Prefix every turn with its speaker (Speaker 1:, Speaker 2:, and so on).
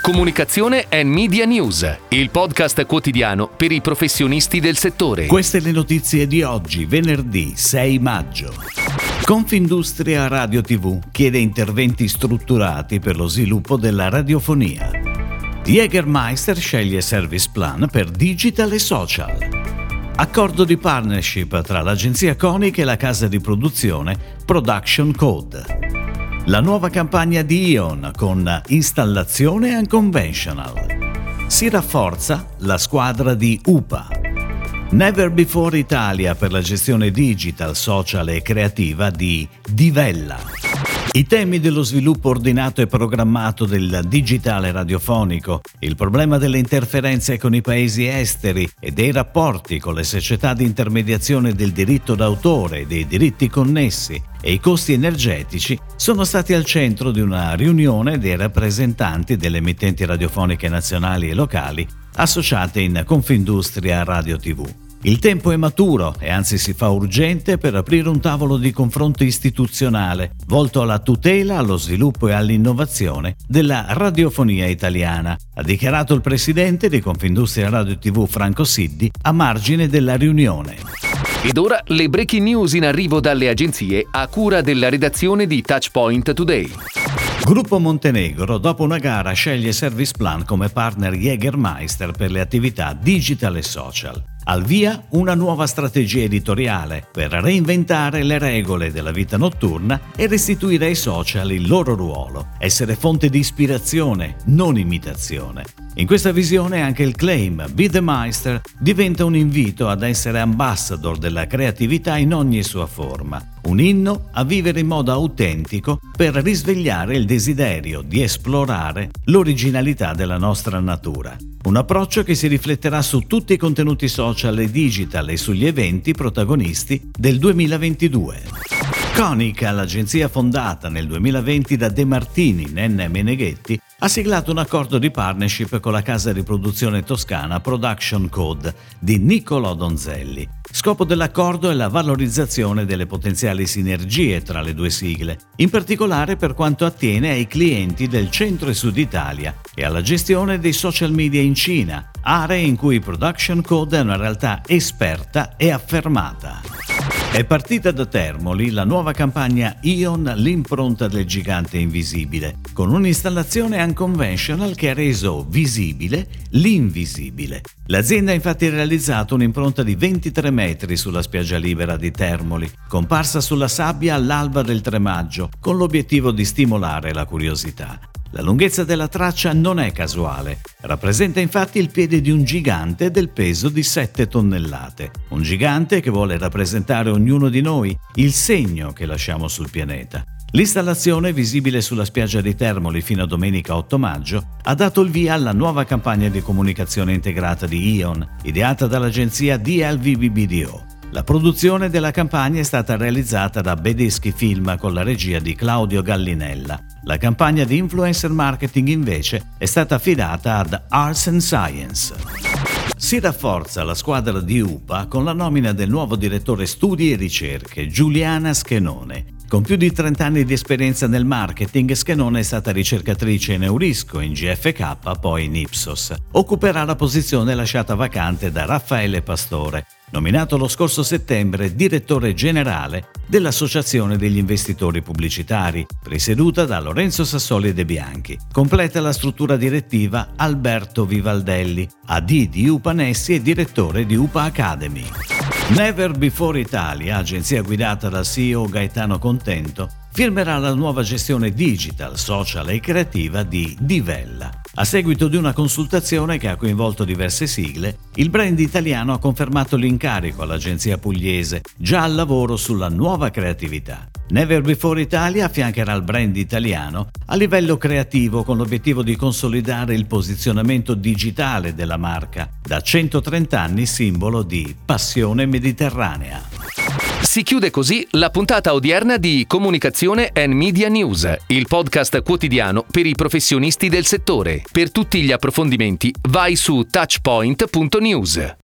Speaker 1: Comunicazione and Media News, il podcast quotidiano per i professionisti del settore.
Speaker 2: Queste le notizie di oggi, venerdì 6 maggio. Confindustria Radio TV chiede interventi strutturati per lo sviluppo della radiofonia. Jägermeister sceglie service plan per digital e social. Accordo di partnership tra l'agenzia Konica e la casa di produzione Production Code. La nuova campagna di Ion con installazione unconventional. Si rafforza la squadra di UPA. Never Before Italia per la gestione digital, social e creativa di Divella. I temi dello sviluppo ordinato e programmato del digitale radiofonico, il problema delle interferenze con i paesi esteri e dei rapporti con le società di intermediazione del diritto d'autore e dei diritti connessi e i costi energetici sono stati al centro di una riunione dei rappresentanti delle emittenti radiofoniche nazionali e locali associate in Confindustria Radio TV. Il tempo è maturo e anzi si fa urgente per aprire un tavolo di confronto istituzionale volto alla tutela, allo sviluppo e all'innovazione della radiofonia italiana, ha dichiarato il presidente di Confindustria Radio TV Franco Siddi a margine della riunione.
Speaker 1: Ed ora le breaking news in arrivo dalle agenzie a cura della redazione di Touchpoint Today.
Speaker 2: Gruppo Montenegro, dopo una gara, sceglie Service Plan come partner Jägermeister per le attività digital e social. Al via una nuova strategia editoriale per reinventare le regole della vita notturna e restituire ai social il loro ruolo, essere fonte di ispirazione, non imitazione. In questa visione anche il claim Be the Meister diventa un invito ad essere ambassador della creatività in ogni sua forma, un inno a vivere in modo autentico per risvegliare il desiderio di esplorare l'originalità della nostra natura. Un approccio che si rifletterà su tutti i contenuti social e digital e sugli eventi protagonisti del 2022. Konica, l'agenzia fondata nel 2020 da De Martini, Nenna e Meneghetti, ha siglato un accordo di partnership con la casa di produzione toscana Production Code di Niccolò Donzelli. Scopo dell'accordo è la valorizzazione delle potenziali sinergie tra le due sigle, in particolare per quanto attiene ai clienti del centro e sud Italia e alla gestione dei social media in Cina, aree in cui Production Code è una realtà esperta e affermata. È partita da Termoli la nuova campagna Ion, l'impronta del gigante invisibile, con un'installazione unconventional che ha reso visibile l'invisibile. L'azienda ha infatti realizzato un'impronta di 23 metri sulla spiaggia libera di Termoli, comparsa sulla sabbia all'alba del 3 maggio, con l'obiettivo di stimolare la curiosità. La lunghezza della traccia non è casuale, rappresenta infatti il piede di un gigante del peso di 7 tonnellate, un gigante che vuole rappresentare ognuno di noi, il segno che lasciamo sul pianeta. L'installazione, visibile sulla spiaggia di Termoli fino a domenica 8 maggio, ha dato il via alla nuova campagna di comunicazione integrata di Ion, ideata dall'agenzia DLV BDO. La produzione della campagna è stata realizzata da Bedeschi Film con la regia di Claudio Gallinella. La campagna di influencer marketing invece è stata affidata ad Arts and Science. Si rafforza la squadra di UPA con la nomina del nuovo direttore studi e ricerche, Giuliana Schenone. Con più di 30 anni di esperienza nel marketing, Schenone è stata ricercatrice in Eurisco, in GFK, poi in Ipsos. Occuperà la posizione lasciata vacante da Raffaele Pastore, nominato lo scorso settembre direttore generale dell'Associazione degli Investitori Pubblicitari, presieduta da Lorenzo Sassoli De Bianchi. Completa la struttura direttiva Alberto Vivaldelli, AD di UPA Nessi e direttore di UPA Academy. Never Before Italia, agenzia guidata dal CEO Gaetano Contento, firmerà la nuova gestione digital, social e creativa di Divella. A seguito di una consultazione che ha coinvolto diverse sigle, il brand italiano ha confermato l'incarico all'agenzia pugliese, già al lavoro sulla nuova creatività. Never Before Italia affiancherà il brand italiano a livello creativo con l'obiettivo di consolidare il posizionamento digitale della marca, da 130 anni simbolo di passione mediterranea.
Speaker 1: Si chiude così la puntata odierna di Comunicazione and Media News, il podcast quotidiano per i professionisti del settore. Per tutti gli approfondimenti vai su touchpoint.news.